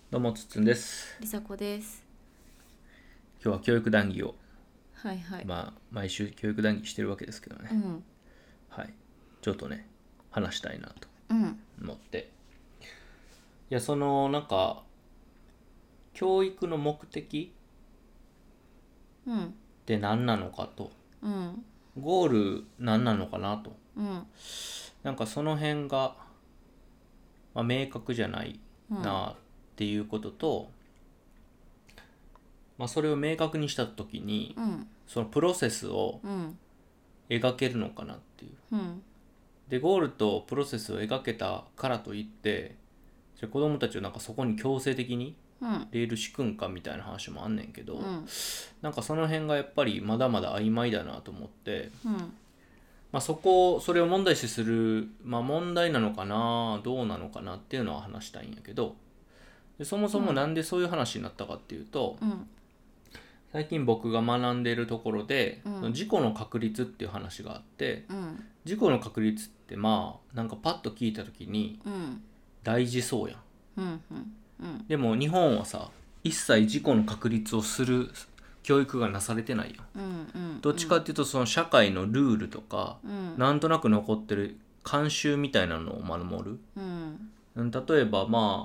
どうもつっつんです。 りさこです。 今日は教育談義を、 はいはい。 毎週教育談義してるわけですけどね。 うん。 はい。ちょっとね、話したいなとうん。 思って。いや、教育の目的うん。 って何なのかと、 うん。 ゴール何なのかなと、 うん。 その辺が、明確じゃないうん。 なっていうことと、それを明確にした時に、 うん。 そのプロセスをうん。 描けるのかなっていう。 うん。 でゴールとプロセスを描けたからといってじゃあ子供たちをそこに強制的にうん。 レール敷くんかみたいな話もあんねんけど、 うん。 その辺がやっぱりまだまだ曖昧だなと思って、 うん。 それを問題視する、問題なのかなどうなのかなっていうのは話したいんやけど、でそもそもなんでそういう話になったかっていうと、 うん。 最近僕が学んでいるところで、 うん。 事故の確率っていう話があって、 うん。 事故の確率ってパッと聞いた時にうん。 大事そうやん。 うん。うん。 でも日本はさ、一切事故の確立をする教育がなされてないやん。 うん。うん。 どっちかっていうとその社会のルールとか、 うん。 なんとなく残ってる慣習みたいなのを守る。 うん。 例えば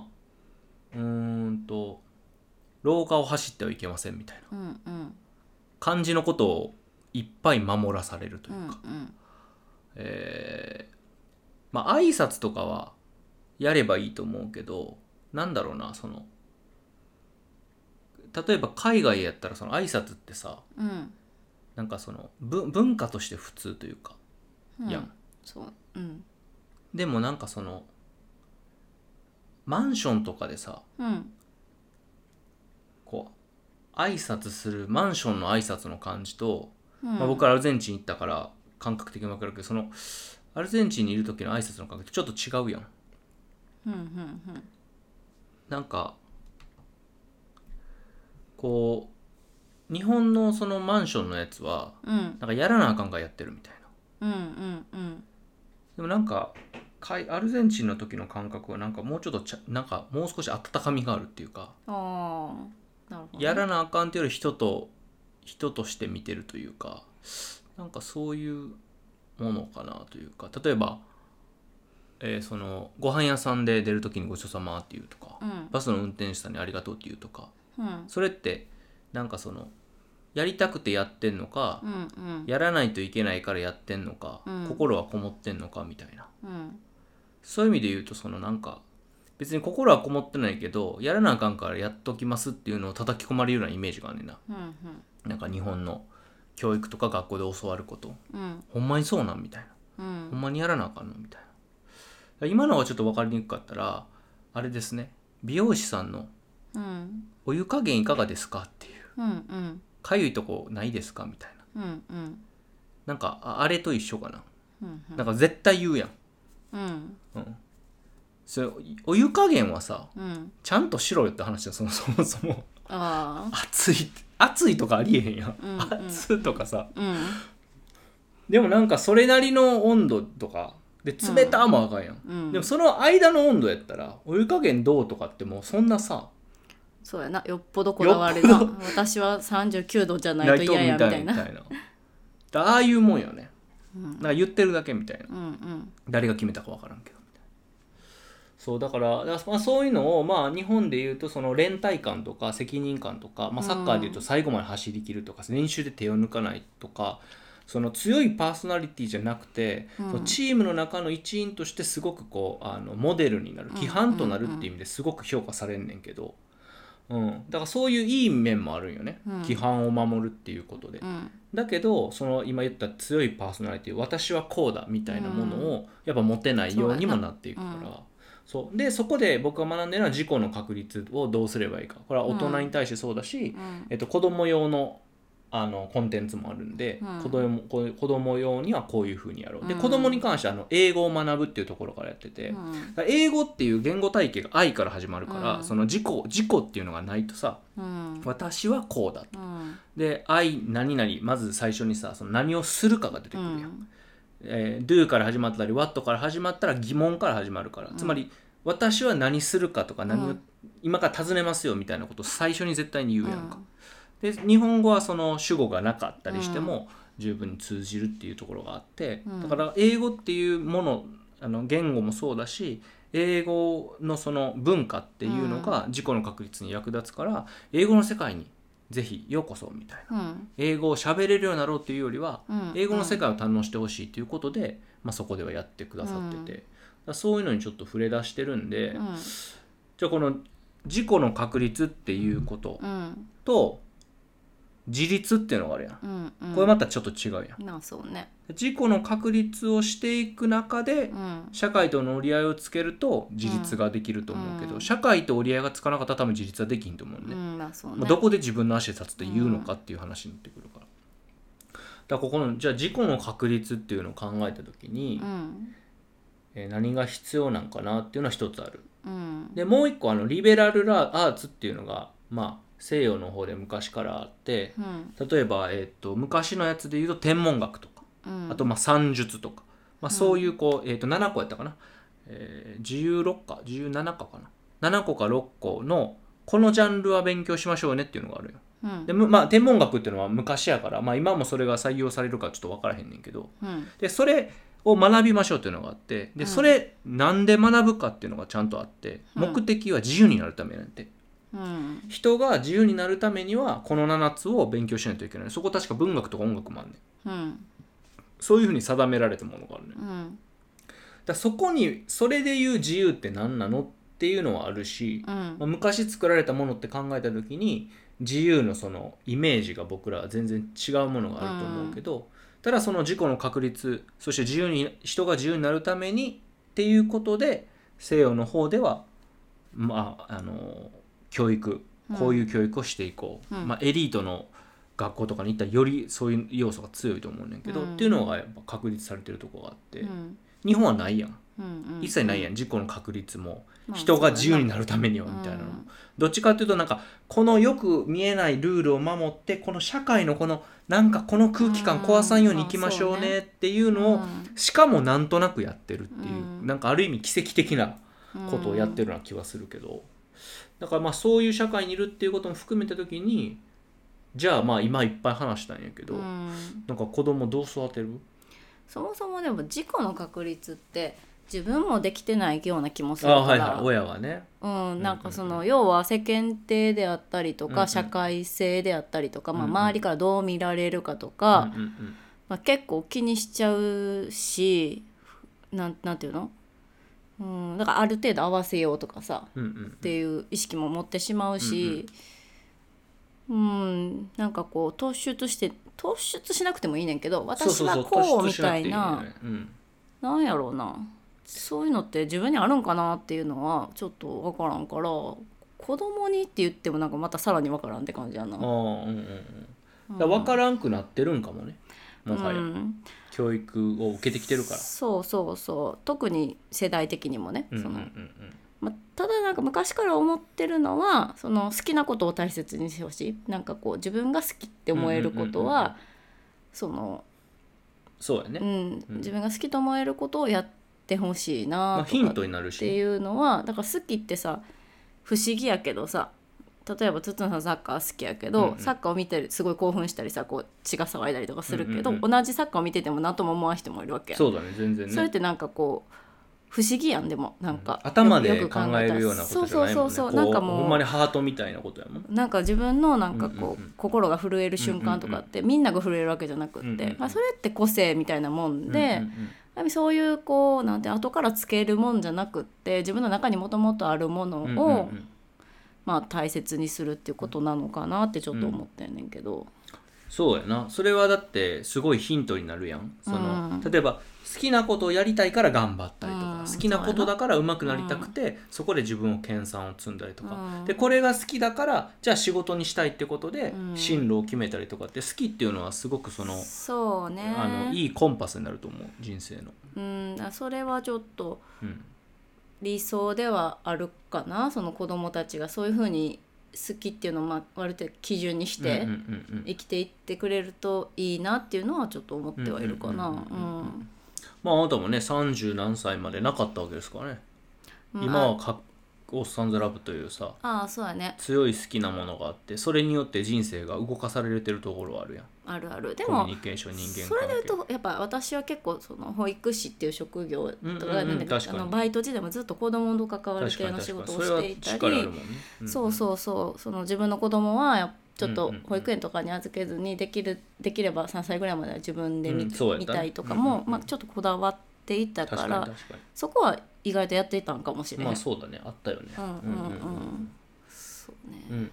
廊下を走ってはいけませんみたいなうん。うん。 感じのことをいっぱい守らされるというか、 うん。 挨拶とかはやればいいと思うけど、例えば海外やったらその挨拶ってさ、 うん。 文化として普通というかやん。 そう。うん。 でもマンションとかでさ、 うん。 こ挨拶するマンションの挨拶の感じと、 うん。 僕はアルゼンチン行ったから感覚的に分かるけど、そのアルゼンチンにいる時の挨拶の感覚ってちょっと違うやん。 うん。うん。 なんかこ日本のそのマンションのやつはうん。 やらなあかんからやってるみたいな。 うん。うん。うん。 でもアルゼンチンの時の感覚はもうちょっともう少し温かみがあるっていうか、 ああ。なるほどね。 やらなあかんっていうより人として見てるというか、そういうものかなというか、例えば、そのご飯屋さんで出る時にごちそうさまって言うとか、 うん。 バスの運転手さんにありがとうって言うとか、 うん。 それってそのやりたくてやってんのか、 うん。うん。 やらないといけないからやってんのか、 うん。 心はこもってんのかみたいな、 うん。 そういう意味で言うと別に心はこもってないけどやらなあかんからやっときますっていうのを叩き込まれるようなイメージがあんねんな。 うん。 日本の教育とか学校で教わること、 うん。 ほんまにそうなんみたいな、 うん。 ほんまにやらなあかんのみたいな。今のがちょっと分かりにくかったらあれですね、美容師さんのうん。 お湯加減いかがですかっていう、 うん。うん。 かゆいとこないですかみたいな、 うん。うん。 あれと一緒かな。 うん。 絶対言うやん。 うん。 うん、それお湯加減はさうん。 ちゃんとしろよって話だ。そもああ。 暑いとかありえへんやん。 うん。うん。 暑とかさ。 うん。 でもそれなりの温度とかで冷たもあかんやん、 うん。 でもその間の温度やったらお湯加減どうとかってもうそんなさ、 そうやな。よっぽどこだよっわるな。 ぽど私は39度じゃないとないと嫌やみたいな。 みたいなああいうもんよね。 うん。 言ってるだけみたいな。 うん。うん。 誰が決めたかわからんけどみたいな。そうだから、そういうのを日本でいうとその連帯感とか責任感とか、サッカーでいうと最後まで走り切るとか練習で手を抜かないとか、その強いパーソナリティじゃなくて、 うん。 そのチームの中の一員としてすごくモデルになる、規範となるっていう意味ですごく評価されんねんけど、だからそういういい面もあるんよね、 うん。 規範を守るっていうことで。 うん。 だけどその今言った強いパーソナリティ、私はこうだみたいなものをやっぱ持てないようにもなっていくから、そうでそこで僕が学んでるのは自己の確率をどうすればいいか。これは大人に対してそうだし、子供用のコンテンツもあるんで、子供用にはこういう風にやろう。で子供に関しては英語を学ぶっていうところからやってて、英語っていう言語体系が愛から始まるから、その自己っていうのがないとさ、私はこうだと、で愛何々、まず最初にさその何をするかが出てくるやん。do から始まったり what から始まったら疑問から始まるから、つまり私は何するかとか何を今から尋ねますよみたいなことを最初に絶対に言うやんか、で日本語はその主語がなかったりしても十分に通じるっていうところがあって、だから英語っていうもの、言語もそうだし英語のその文化っていうのが自己の確立に役立つから、英語の世界にぜひようこそみたいな、英語を喋れるようになろうっていうよりは、英語の世界を堪能してほしいということで、そこではやってくださってて、そういうのにちょっと触れ出してるんで、じゃあこの自己の確立っていうことと、自立っていうのがあるやん、これまたちょっと違うやん。 そうね、 自己の確立をしていく中で、社会との折り合いをつけると自立ができると思うけど、社会と折り合いがつかなかったら多分自立はできんと思うね。 そうね、 どこで自分の足で立つって言うのかっていう話になってくるから、だからここのじゃあ自己の確立っていうのを考えた時に、何が必要なんかなっていうのは一つある。でもう一個リベラルアーツっていうのが西洋の方で昔からあって、例えば、昔のやつで言うと天文学とか、あと算術とか、そういう7個やったかな、16か17かかな、7個か6個のこのジャンルは勉強しましょうねっていうのがあるよ。で天文学っていうのは昔やから、今もそれが採用されるかちょっと分からへんねんけど、でそれを学びましょうっていうのがあって、でそれなんで学ぶかっていうのがちゃんとあって、目的は自由になるためなんて、人が自由になるためにはこの7つを勉強しないといけない。そこ確か文学とか音楽もあるね、そういうふうに定められたものがあるね、だそこにそれでいう自由って何なのっていうのはあるし、昔作られたものって考えた時に自由のそのイメージが僕らは全然違うものがあると思うけど、ただその自己の確立、そして人が自由になるためにっていうことで西洋の方では教育、こういう教育をしていこう、エリートの学校とかに行ったらよりそういう要素が強いと思うねんけど、っていうのがやっぱ確立されてるところがあって、日本はないやん、一切ないやん、自己の確立も人が自由になるためにはみたいなのも、どっちかっていうとこのよく見えないルールを守ってこの社会のこのこの空気感壊さんようにいきましょうねっていうのを、しかもなんとなくやってるっていう、ある意味奇跡的なことをやってるような気はするけど、だからそういう社会にいるっていうことも含めた時に、じゃあ今いっぱい話したんやけど、子供どう育てる？ そもそもでも自己の確立って自分もできてないような気もするから、 親はね、 要は世間体であったりとか、社会性であったりとか、周りからどう見られるかとか、結構気にしちゃうし、なんていうの、だからある程度合わせようとかさ、っていう意識も持ってしまうし、突出しなくてもいいねんけど、私はこうみたいな、なんやろうな、そういうのって自分にあるんかなっていうのはちょっと分からんから、子供にって言ってもまたさらに分からんって感じやな。 分からんくなってるんかもね、もはや、教育を受けてきてるから。 そう特に世代的にもね、ただ昔から思ってるのは、その好きなことを大切にしてほしい。自分が好きって思えることは、 そうやね、 自分が好きと思えることをやってほしいなとかヒントになるしっていうのは、だから好きってさ、不思議やけどさ、例えばつつのさんサッカー好きやけど、サッカーを見てすごい興奮したりさ、血が騒いだりとかするけど、同じサッカーを見てても何とも思わん人もいるわけやん。 そうだね、全然ね。 それって不思議やん。でも頭で考えるようなことじゃないもんね。 そうもうほんまにハートみたいなことやもん。 自分の心が震える瞬間とかって、みんなが震えるわけじゃなくって、それって個性みたいなもんで、そういう後からつけるもんじゃなくって、自分の中にもともとあるものを、大切にするっていうことなのかなってちょっと思ってんねんけど、 そうやな。それはだってすごいヒントになるやん。例えば好きなことをやりたいから頑張ったりとか、好きなことだから上手くなりたくて、そこで自分を研鑽を積んだりとか、でこれが好きだからじゃあ仕事にしたいってことで進路を決めたりとかって、好きっていうのはすごくそうね、 いいコンパスになると思う、人生の。それはちょっと理想ではあるかな。その子供たちがそういうふうに好きっていうのをある程度基準にして生きていってくれるといいなっていうのはちょっと思ってはいるかな。 あなたもね30何歳までなかったわけですからね。今はオッサンズラブというさああそうやね。 強い好きなものがあってそれによって人生が動かされてるところはあるやん。 あるある。でコもミュニケーション人間それ関係で言うとやっぱ私は結構その保育士っていう職業とか、 確かにバイト時代もずっと子供と関わる系の仕事をしていたり、 それは力あるもんね、 そうそうそう、その自分の子供はちょっと保育園とかに預けずにできれば3歳ぐらいまでは自分で見たいとかも、まあ、ちょっとこだわっていたからそこは意外とやっていたんかもしれない。 まあそうだね、あったよね。 そうね。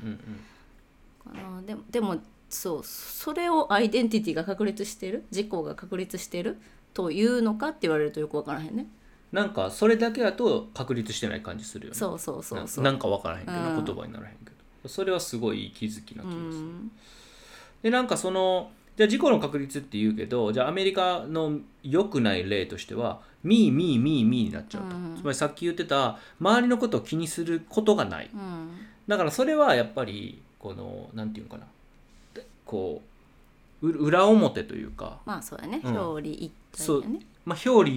でもそうそれをアイデンティティが確立してる、自己が確立してるというのかって言われるとよく分からへんね。 なんかそれだけだと確立してない感じするよね。 そうなんか分からへんけど、言葉にならへんけど、それはすごいいい気づきな気がする。でなんかそのじゃあ自己の確立って言うけど、じゃあアメリカの良くない例としてはミーになっちゃうと、つまりさっき言ってた周りのことを気にすることがない、だからそれはやっぱりこのなんていうのかな、こう裏表というか、 まあそうだね、表裏一体だね。 まあ表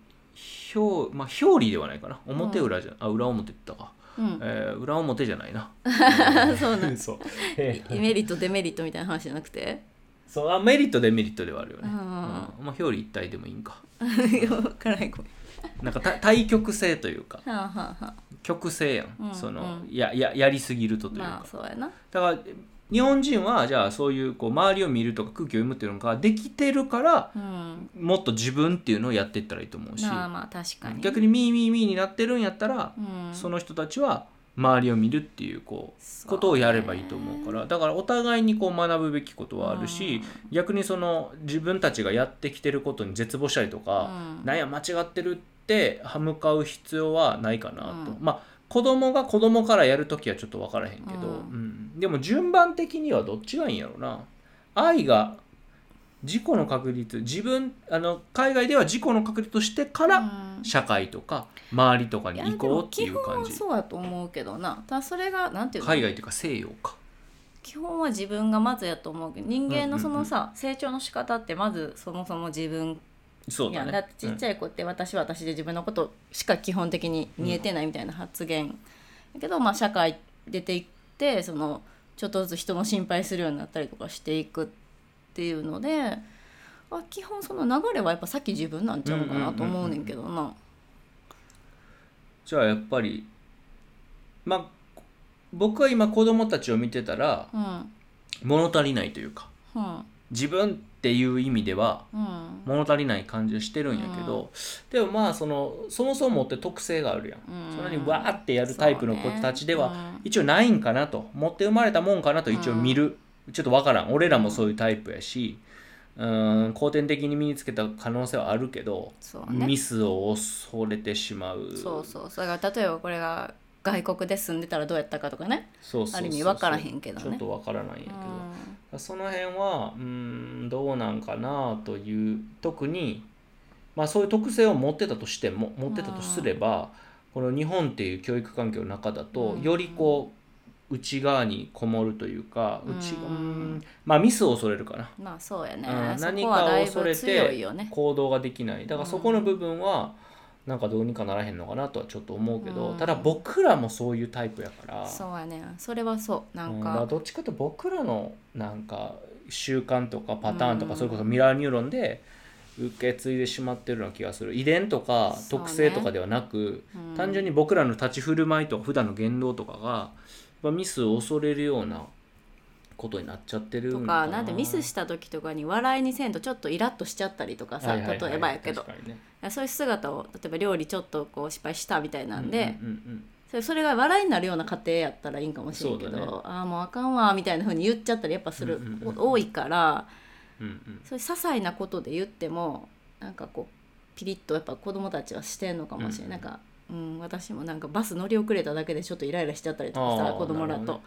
裏ではないかな、表裏じゃ、裏表って言ったか、裏表じゃないなそうなんそうメリットデメリットみたいな話じゃなくて、 そうメリットデメリットではあるよね。まあ表裏一体でもいいんか分からない、ごめん。 なんか対極性というか極性やん、そのやりすぎるとというか、 まあそうやな。 だから日本人はじゃあそういうこう周りを見るとか空気を読むっていうのができてるから、もっと自分っていうのをやっていったらいいと思うし、 まあ確かに逆にミーになってるんやったら、その人たちは周りを見るっていうことをやればいいと思うから、だからお互いにこう学ぶべきことはあるし、逆にその自分たちがやってきてることに絶望したりとか、なんや間違ってるって歯向かう必要はないかなと。まあ子供が子供からやるときはちょっと分からへんけど、でも順番的にはどっちがいいんやろな。愛が自己の確立、海外では自己の確立としてから社会とか周りとかに行こうっていう感じ。 基本はそうやと思うけどな。ただそれがなんていうの、 海外というか西洋か。 基本は自分がまずやと思うけど、人間のその成長の仕方ってまずそもそも自分。 そうだね、 だってちっちゃい子って私は私で自分のことしか基本的に見えてないみたいな発言、だけどまあ社会出ていってそのちょっとずつ人の心配するようになったりとかしていくっていうので、基本その流れはやっぱさっき自分なんちゃうかなと思うねんけどな。 じゃあやっぱりまあ僕は今子供たちを見てたら、物足りないというか、自分っていう意味では物足りない感じがしてるんやけど、でもまあそもそも持って特性があるやん、そんなにわーってやるタイプの子たちでは一応ないんかなと、持って生まれたもんかなと一応見る、ちょっとわからん、俺らもそういうタイプやし、後天的に身につけた可能性はあるけど、ミスを恐れてしまう。 だから例えばこれが外国で住んでたらどうやったかとかね、ある意味分からへんけどね、 ちょっと分からないんやけど、その辺はどうなんかなという、特にまあそういう特性を持ってたとすれば、この日本っていう教育環境の中だと、よりこう内側にこもるというか、まあミスを恐れるかな。 まあそうやね、 何かを恐れて行動ができない。だからそこの部分はなんかどうにかならへんのかなとはちょっと思うけど、ただ僕らもそういうタイプやから。 そうやね、それはそうなんか、 だからどっちかというと僕らのなんか習慣とかパターンとか、それこそミラーニューロンで受け継いでしまってるような気がする。遺伝とか特性とかではなく、単純に僕らの立ち振る舞いとか普段の言動とかがミスを恐れるようなことになっちゃってるんかな。なんてミスした時とかに笑いにせんとちょっとイラッとしちゃったりとかさ、例えばやけど、そういう姿を例えば料理ちょっとこう失敗したみたいなんで、それが笑いになるような家庭やったらいいんかもしれんけど、ああもうあかんわみたいな風に言っちゃったりやっぱする、多いから、そういう些細なことで言ってもなんかこうピリッとやっぱ子供たちはしてんのかもしれない。なんか私もなんかバス乗り遅れただけでちょっとイライラしちゃったりとかさ、子供らと、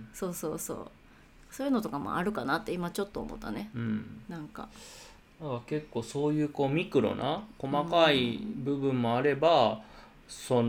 そういうのとかもあるかなって今ちょっと思ったね。なんか結構そういうミクロな細かい部分もあれば、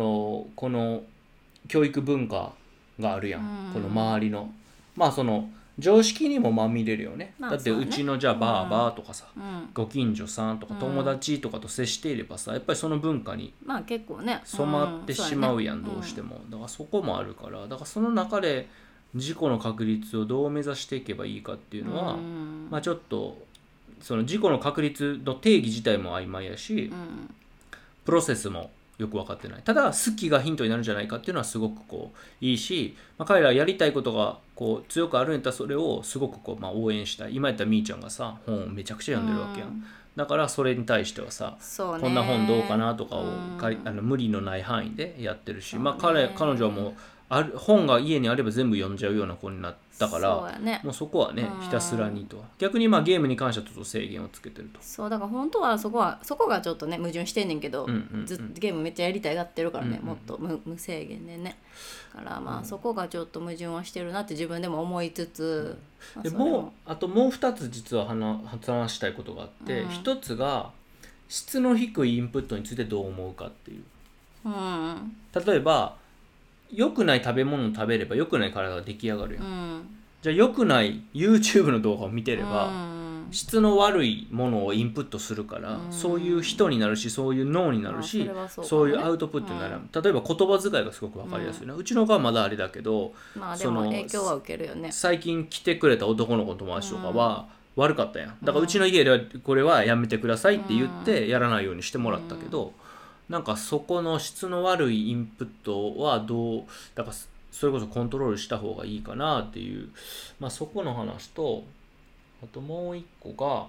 この教育文化があるやん、この周りのまあ常識にもまみれるよね、 まあだってそうねうちのじゃあバーバーとかさ、 うんご近所さんとか友達とかと接していればさ、やっぱりその文化にまあ結構ね染まってしまうやん、 そやねどうしても。だからそこもあるから、だからその中で事故の確率をどう目指していけばいいかっていうのは、まあちょっとその事故の確率の定義自体も曖昧やし、プロセスもよく分かってない。ただ好きがヒントになるんじゃないかっていうのはすごくこういいし、まあ、彼らやりたいことがこう強くあるんやったらそれをすごくこう、まあ、応援したい。今やったらみーちゃんがさ本をめちゃくちゃ読んでるわけやん。だからそれに対してはさ、 そうね、 こんな本どうかなとかを無理のない範囲でやってるし、まあ彼女はもう本が家にあれば全部読んじゃうような子になったから、 そうやね、 もうそこはねひたすらにと。逆にまあゲームに関してはちょっと制限をつけてると。 そうだから本当はそこがちょっとね矛盾してんねんけど、ずっとゲームめっちゃやりたいがってるからね、もっと無制限でね。だからまあそこがちょっと矛盾はしてるなって自分でも思いつつ、 でもう2つ実は話したいことがあって、1つが質の低いインプットについてどう思うかっていう。例えば良くない食べ物を食べれば良くない体が出来上がるやん、じゃあ良くない YouTube の動画を見てれば、質の悪いものをインプットするから、そういう人になるし、そういう脳になるし、そういうアウトプットになる、例えば言葉遣いがすごく分かりやすいな、うちの子はまだあれだけど、 まあでも影響は受けるよね。 最近来てくれた男の子の友達とかは悪かったやん。だからうちの家ではこれはやめてくださいって言ってやらないようにしてもらったけど、なんかそこの質の悪いインプットはだからそれこそコントロールした方がいいかなっていう、まあそこの話と、あともう一個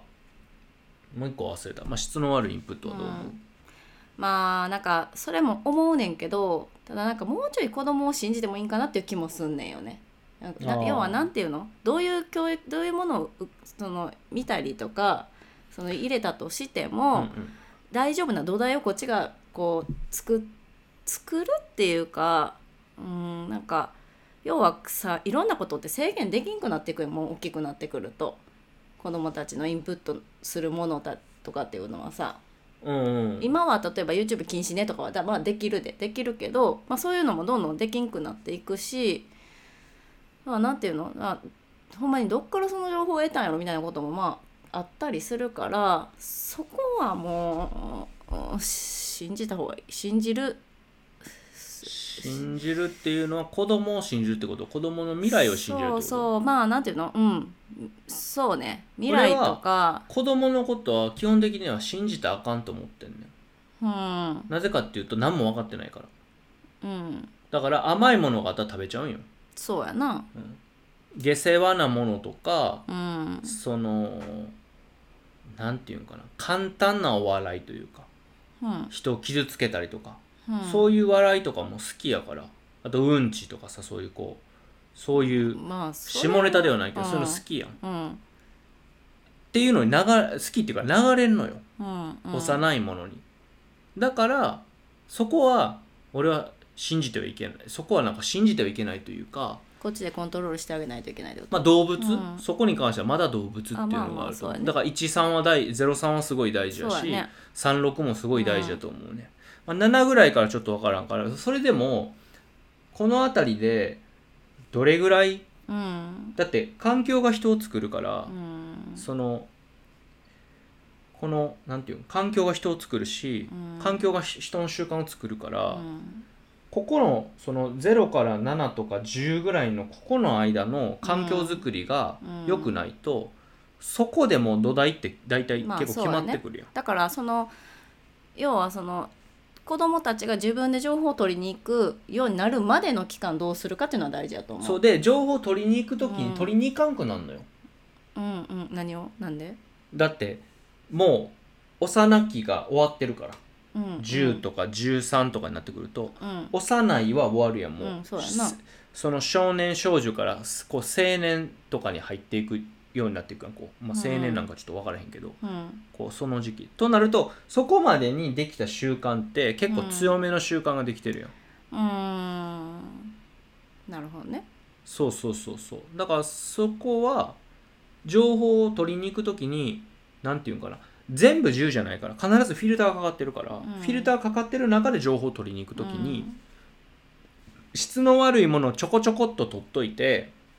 忘れた、まあ、質の悪いインプットはどう思う？ まあなんかそれも思うねんけど、ただなんかもうちょい子供を信じてもいいんかなっていう気もすんねんよね。要はなんていうの、どういうものを見たりとか入れたとしても、大丈夫な土台をこっちがこう作るっていうか、なんか要はさ、いろんなことって制限できんくなっていくよ、もう大きくなってくると。子どもたちのインプットするものだとかっていうのはさ、今は例えば YouTube 禁止ねとかはまあできるけど、まあ、そういうのもどんどんできんくなっていくし、まあ、なんていうの、ほんまにどっからその情報を得たんやろみたいなこともまああったりするから、そこはもう信じた方がいい。信じるっていうのは子供を信じるってこと、子供の未来を信じるってこと。 そうまあなんていうの、そうね、未来とか。 子供のことは基本的には信じたらあかんと思ってんねん、 なぜかっていうと何も分かってないから、だから甘いものがあったら食べちゃうんよ。 そうやな、 下世話なものとか、なんていうんかな、簡単なお笑いというか、人を傷つけたりとか、そういう笑いとかも好きやから、あとうんちとかさ、そういう下ネタではないけど、そういうの好きやん、っていうのに好きっていうか流れんのよ、幼いものに。だからそこは俺は信じてはいけない、そこはなんか信じてはいけないというか、 こっちでコントロールしてあげないといけないってこと。 まあ動物、そこに関してはまだ動物っていうのがあると思う。だから13は03はすごい大事だし、36もすごい大事だと思うね。まあ、7ぐらいからちょっと分からんから、それでもこの辺りでどれぐらい、だって環境が人を作るから、このなんていうの、環境が人を作るし、環境が人の習慣を作るから、ここのその0から7とか10ぐらいのここの間の環境づくりが良くないと、そこでもう土台って大体結構決まってくるやん。 だから要は子どもたちが自分で情報を取りに行くようになるまでの期間どうするかっていうのは大事だと思う。 そうで、情報を取りに行くときに取りに行かんくなるのよ。 何をなんで？ だってもう幼きが終わってるから、10とか13とかになってくると、幼いは終わるやん、もう、 そうやな。 その少年少女からこう青年とかに入っていくようになっていくやん、こう、まあ、青年なんかちょっと分からへんけど、こうその時期となると、そこまでにできた習慣って結構強めの習慣ができてるやん。 なるほどね。 そうだからそこは情報を取りに行くときに、なんていうんかな、全部10じゃないから、必ずフィルターがかかってるから、フィルターかかってる中で情報を取りに行くときに、質の悪いものをちょこちょこっと取っといて、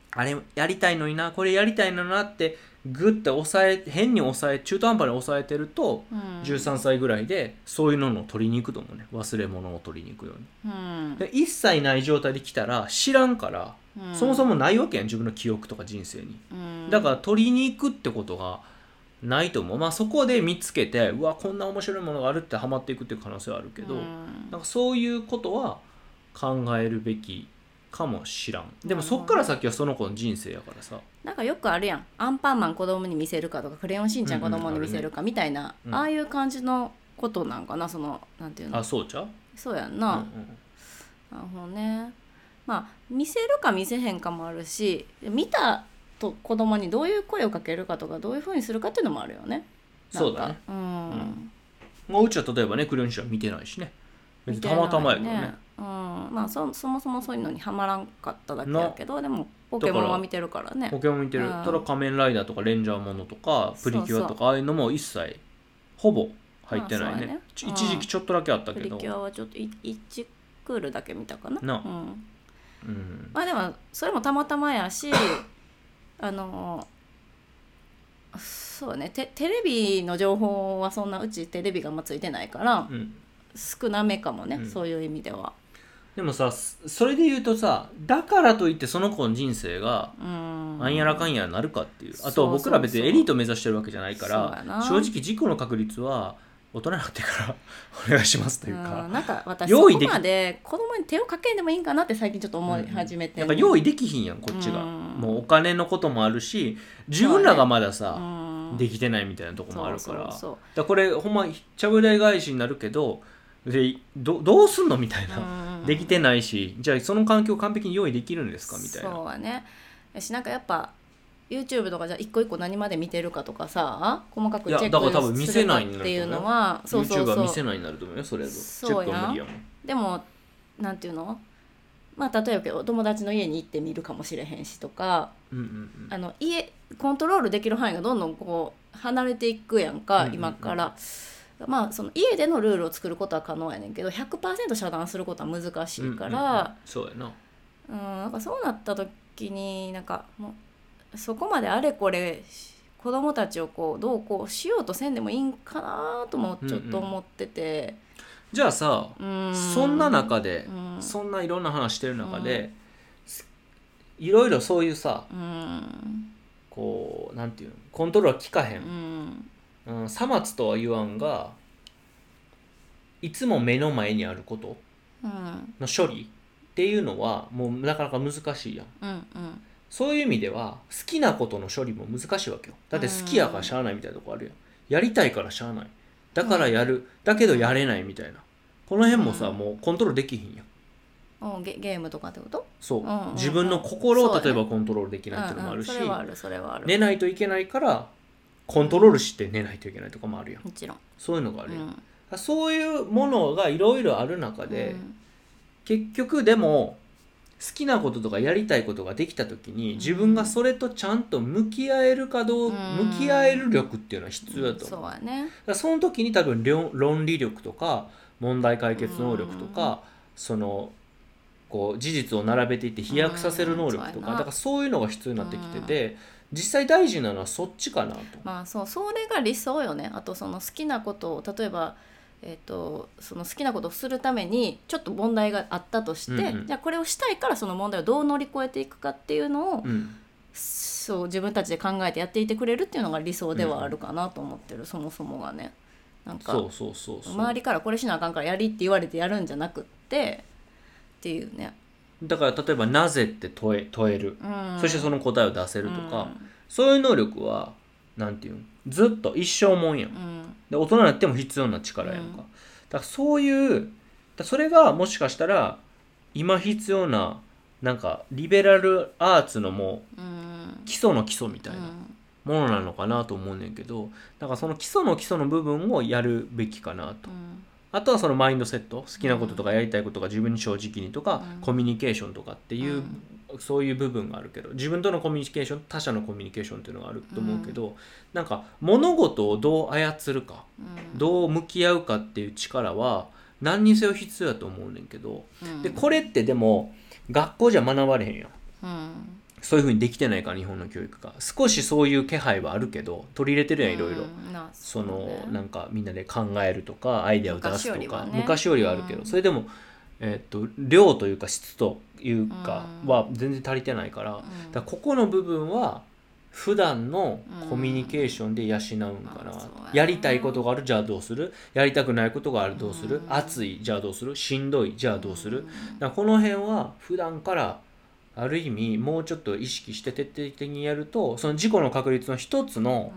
あれやりたいのになこれやりたいのになってグッて変に抑え中途半端に抑えてると、13歳ぐらいでそういうのを取りに行くと思うね。忘れ物を取りに行くように、で一切ない状態で来たら知らんから、そもそもないわけやん自分の記憶とか人生に、だから取りに行くってことがないと思う。まあそこで見つけてうわこんな面白いものがあるってハマっていくっていう可能性はあるけど、なんかそういうことは考えるべきかもしらん。でもそっから先はその子の人生やからさ。 なんかよくあるやん、アンパンマン子供に見せるかとかクレヨンしんちゃん子供に見せるかみたいな、ああいう感じのことなんかな、そのなんていうの。 あ、そうちゃう？ そうやんな、なるほどね。まあ見せるか見せへんかもあるし、見たと子供にどういう声をかけるかとかどういうふうにするかっていうのもあるよね。 そうだね。もううちは例えばねクレヨンしんちゃん見てないしね、たまたまやけどね。 まあそもそもそういうのにはまらんかっただけやけど、でもポケモンは見てるからね。 ポケモン見てる、ただ仮面ライダーとかレンジャーものとかプリキュアとかああいうのも一切ほぼ入ってないね。一時期ちょっとだけあったけど、 プリキュアはちょっと1クールだけ見たかな。まあでもそれもたまたまやしそうね、テレビの情報はそんなうちテレビがあんまついてないから、少なめかもね、そういう意味では。 でもさそれで言うとさ、だからといってその子の人生があんやらかんやらなるかっていう、あと僕ら別にエリート目指してるわけじゃないから正直事故の確率は大人になってからお願いしますというか、 なんか私そこまで子供に手をかけんでもいいんかなって最近ちょっと思い始めて、 なんか用意できひんやんこっちが、もうお金のこともあるし自分らがまださ、できてないみたいなとこもあるから、だからこれほんまちゃぶ台返しになるけどどうすんのみたいな、できてないしじゃあその環境を完璧に用意できるんですかみたいな。 そうはね。なんかやっぱ YouTube とかじゃ一個一個何まで見てるかとかさ、細かくチェックするかっていうのは、 そうそうそう YouTube は見せないになると思うよ。それチェックは無理やもん。 でもなんていうの、まあ例えばお友達の家に行ってみるかもしれへんしとか、家コントロールできる範囲がどんどんこう離れていくやんか、今から。まあその家でのルールを作ることは可能やねんけど 100% 遮断することは難しいから、 そうやな。 なんかそうなった時になんかもうそこまであれこれ子供たちをこうどうこうしようとせんでもいいんかなともちょっと思ってて、 じゃあさ、そんな中で、そんないろんな話してる中で、いろいろそういうさ、こうなんていうのコントロールは効かへん、さまつとは言わんがいつも目の前にあることの処理っていうのはもうなかなか難しいやん、そういう意味では好きなことの処理も難しいわけよ。だって好きやからしゃあないみたいなとこあるやん。やりたいからしゃあないだからやる、だけどやれないみたいな、この辺もさ、もうコントロールできひんやん。 ゲームとかってこと？ そう、自分の心を例えばコントロールできないっていうのもあるし、寝ないといけないからコントロールして寝ないといけないとかもあるやん。 もちろんそういうのがあるやん、そういうものがいろいろある中で、結局でも好きなこととかやりたいことができた時に自分がそれとちゃんと向き合えるかどう、向き合える力っていうのは必要だと思う。 そうやね。 だからその時に多分論理力とか問題解決能力とか、そのこう事実を並べていって飛躍させる能力とか、だからそういうのが必要になってきてて、実際大事なのはそっちかなと。 まあそれが理想よね。あとその好きなことを例えばその好きなことをするためにちょっと問題があったとして、じゃあこれをしたいからその問題をどう乗り越えていくかっていうのを、そう自分たちで考えてやっていてくれるっていうのが理想ではあるかなと思ってる、そもそもがね。なんか周りからこれしなあかんからやりって言われてやるんじゃなくってっていうね。 だから例えばなぜって問える、そしてその答えを出せるとか、そういう能力はなんていうのずっと一生もんやん、で大人になっても必要な力やんか、だからそういうそれがもしかしたら今必要ななんかリベラルアーツのもう基礎の基礎みたいなものなのかなと思うねんけど、だからその基礎の部分をやるべきかなと、あとはそのマインドセット、好きなこととかやりたいことが自分に正直にとか、コミュニケーションとかっていう、そういう部分があるけど、自分とのコミュニケーション、他者のコミュニケーションっていうのがあると思うけど、なんか物事をどう操るか、どう向き合うかっていう力は何にせよ必要やと思うねんけど、でこれってでも学校じゃ学ばれへんやん、 そういう風にできてないから日本の教育が少しそういう気配はあるけど取り入れてるやんいろいろそのなんかみんなで考えるとかアイデアを出すとか昔よりはあるけどそれでも量というか質というかは全然足りてないから、だからここの部分は普段のコミュニケーションで養うんかな、やりたいことがあるじゃあどうする、やりたくないことがあるどうする、暑いじゃあどうする、しんどいじゃあどうする、だからこの辺は普段からある意味もうちょっと意識して徹底的にやるとその事故の確率の一つの、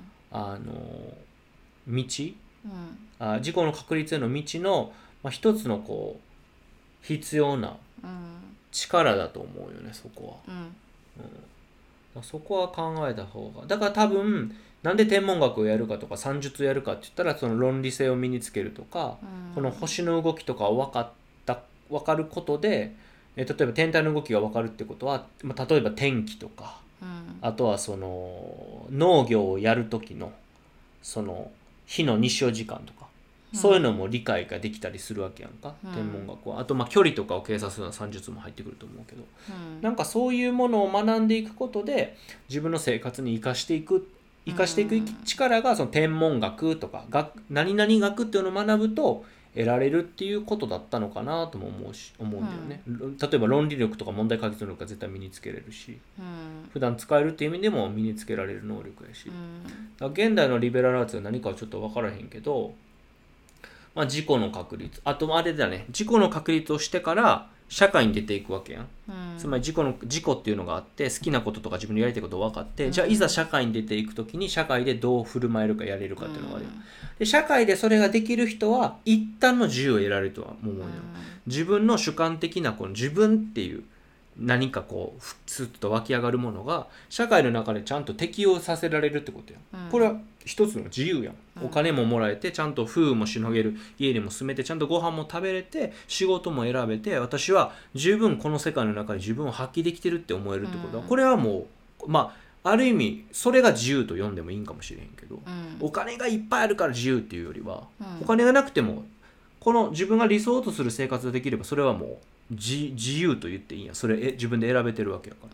道、事故の確率への道の、一つのこう必要な力だと思うよねそこは、そこは考えた方がだから多分なんで天文学をやるかとか算術をやるかって言ったらその論理性を身につけるとか、この星の動きとかを分かることで例えば天体の動きが分かるってことは、例えば天気とか、あとはその農業をやる時のその日の日照時間とか、そういうのも理解ができたりするわけやんか、天文学は。あと距離とかを計算するのは算術も入ってくると思うけど、なんかそういうものを学んでいくことで自分の生活に生かしていく力がその天文学とか何々学っていうのを学ぶと得られるっていうことだったのかなとも思うんだよね、例えば論理力とか問題解決能力が絶対身につけれるし、普段使えるっていう意味でも身につけられる能力やし、だから現代のリベラルアーツは何かはちょっと分からへんけど、事故の確率あとあれだね、事故の確率をしてから社会に出ていくわけやん、つまり事故っていうのがあって好きなこととか自分のやりたいこと分かって、じゃあいざ社会に出ていくときに社会でどう振る舞えるかやれるかっていうのがあるよ、で社会でそれができる人は一旦の自由を得られるとは思うよ、自分の主観的なこの自分っていう何かこうふつっと湧き上がるものが社会の中でちゃんと適用させられるってことや、これは一つの自由やん、お金ももらえてちゃんと風雨もしのげる、家にも住めてちゃんとご飯も食べれて仕事も選べて、私は十分この世界の中で自分を発揮できてるって思えるってことは、これはもうある意味それが自由と呼んでもいいんかもしれへんけど、お金がいっぱいあるから自由っていうよりは、お金がなくてもこの自分が理想とする生活ができればそれはもう自由と言っていいんや、それ自分で選べてるわけやから、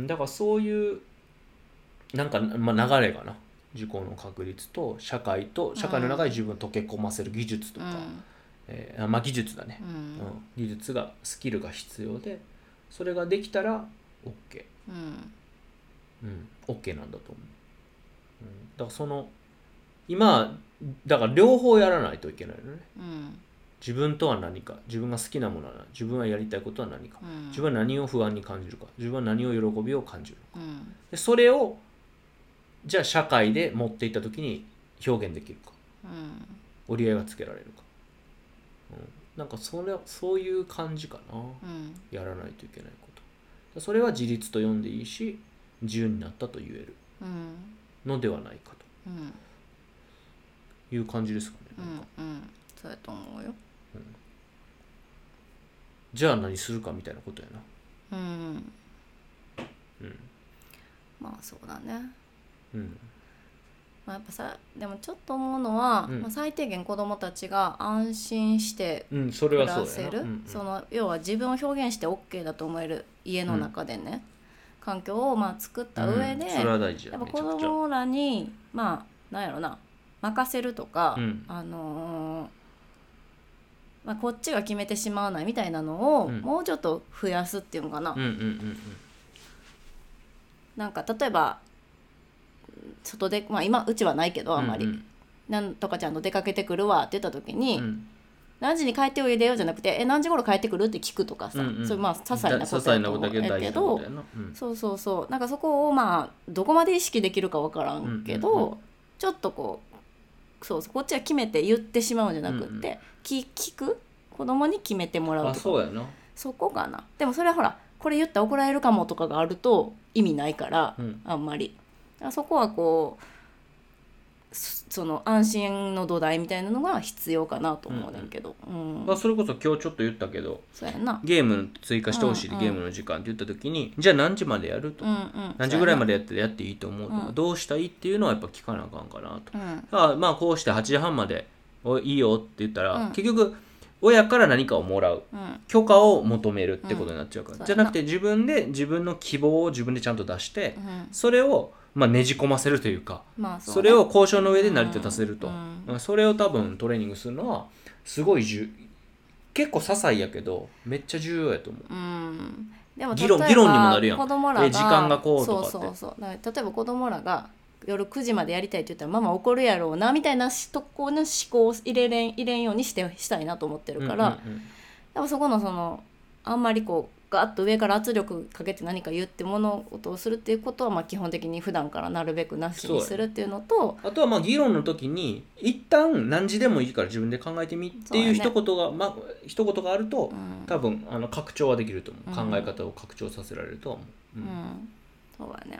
だからそういうなんか、流れがな、自己の確率と社会の中で自分を溶け込ませる技術とか、技術だね、技術がスキルが必要で、それができたら OK、OK なんだと思う、だからその今だから両方やらないといけないのね、自分とは何か、自分が好きなものは何、自分がやりたいことは何か、自分は何を不安に感じるか、自分は何を喜びを感じるか、でそれをじゃあ社会で持っていった時に表現できるか、折り合いがつけられるか、なんかそういう感じかな、やらないといけないこと、それは自立と呼んでいいし自由になったと言えるのではないかという感じですかね。 そうやと思うよ、 じゃあ何するかみたいなことやな。 そうだね。やっぱさ、でもちょっと思うのは、最低限子どもたちが安心して暮らせる、その要は自分を表現して OK だと思える家の中でね、環境を作った上で、 それは大事や、 やっぱ子どもらになんやろな、任せるとか、こっちが決めてしまわないみたいなのをもうちょっと増やすっていうのかな、なんか例えば外で、今うちはないけどあんまり、なんとかちゃんと出かけてくるわって言った時に、何時に帰っておいでよじゃなくて何時頃帰ってくるって聞くとかさ、そういう些細なことやと思うけど、そうなんかそこをどこまで意識できるか分からんけど、ちょっとこっちは決めて言ってしまうんじゃなくって、聞く子供に決めてもらうとか、 そうやな、 そこかな。でもそれはほらこれ言ったら怒られるかもとかがあると意味ないから、あんまりそこはこうその安心の土台みたいなのが必要かなと思うねんけど、 それこそ今日ちょっと言ったけど、 そうやな、 ゲーム追加してほしい、ゲームの時間って言った時に、じゃあ何時までやるとか、何時ぐらいまでやっていいと思うとか、どうしたいっていうのはやっぱ聞かなあかんかなと、だからこうして8時半までいいよって言ったら、結局親から何かをもらう、 うん許可を求めるってことになっちゃうから、 うんじゃなくて自分で自分の希望を自分でちゃんと出して、 うんそれをねじ込ませるというか、 まあそうねそれを交渉の上で成り立たせると、 うんそれを多分トレーニングするのはすごい結構些細やけどめっちゃ重要やと思う。 うんでも議論例えばにもなるやん子供らが時間がこうとかってそうだから例えば子供らが夜9時までやりたいって言ったらママ怒るやろうなみたいなとこの思考を入れんようにしたいなと思ってるから、 うんうんうんやっぱそこのあんまりこうガッと上から圧力かけて何か言って物事をするっていうことは基本的に普段からなるべくなしにするっていうのと、 あとは議論の時に一旦何時でもいいから自分で考えてみっていう一言が、一言があると、多分拡張はできると思う、考え方を拡張させられるとは思う、 そうやね。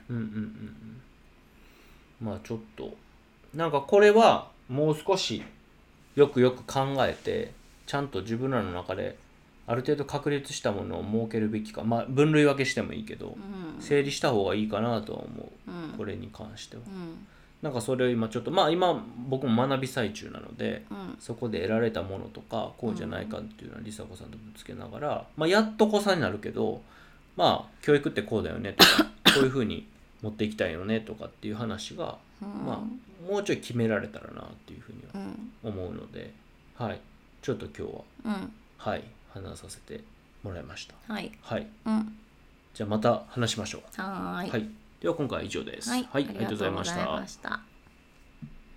ちょっとなんかこれはもう少しよく考えてちゃんと自分らの中である程度確立したものを設けるべきか、分類分けしてもいいけど、整理した方がいいかなとは思う、これに関しては、なんかそれを今ちょっと今僕も学び最中なので、そこで得られたものとかこうじゃないかっていうのは梨紗子さんとぶつけながら、やっとこさになるけど教育ってこうだよねとかこういうふうに持っていきたいよねとかっていう話が、もうちょい決められたらなっていうふうには思うので、ちょっと今日は、話させてもらいました。じゃあまた話しましょう。 はい。 では今回は以上です。ありがとうございました。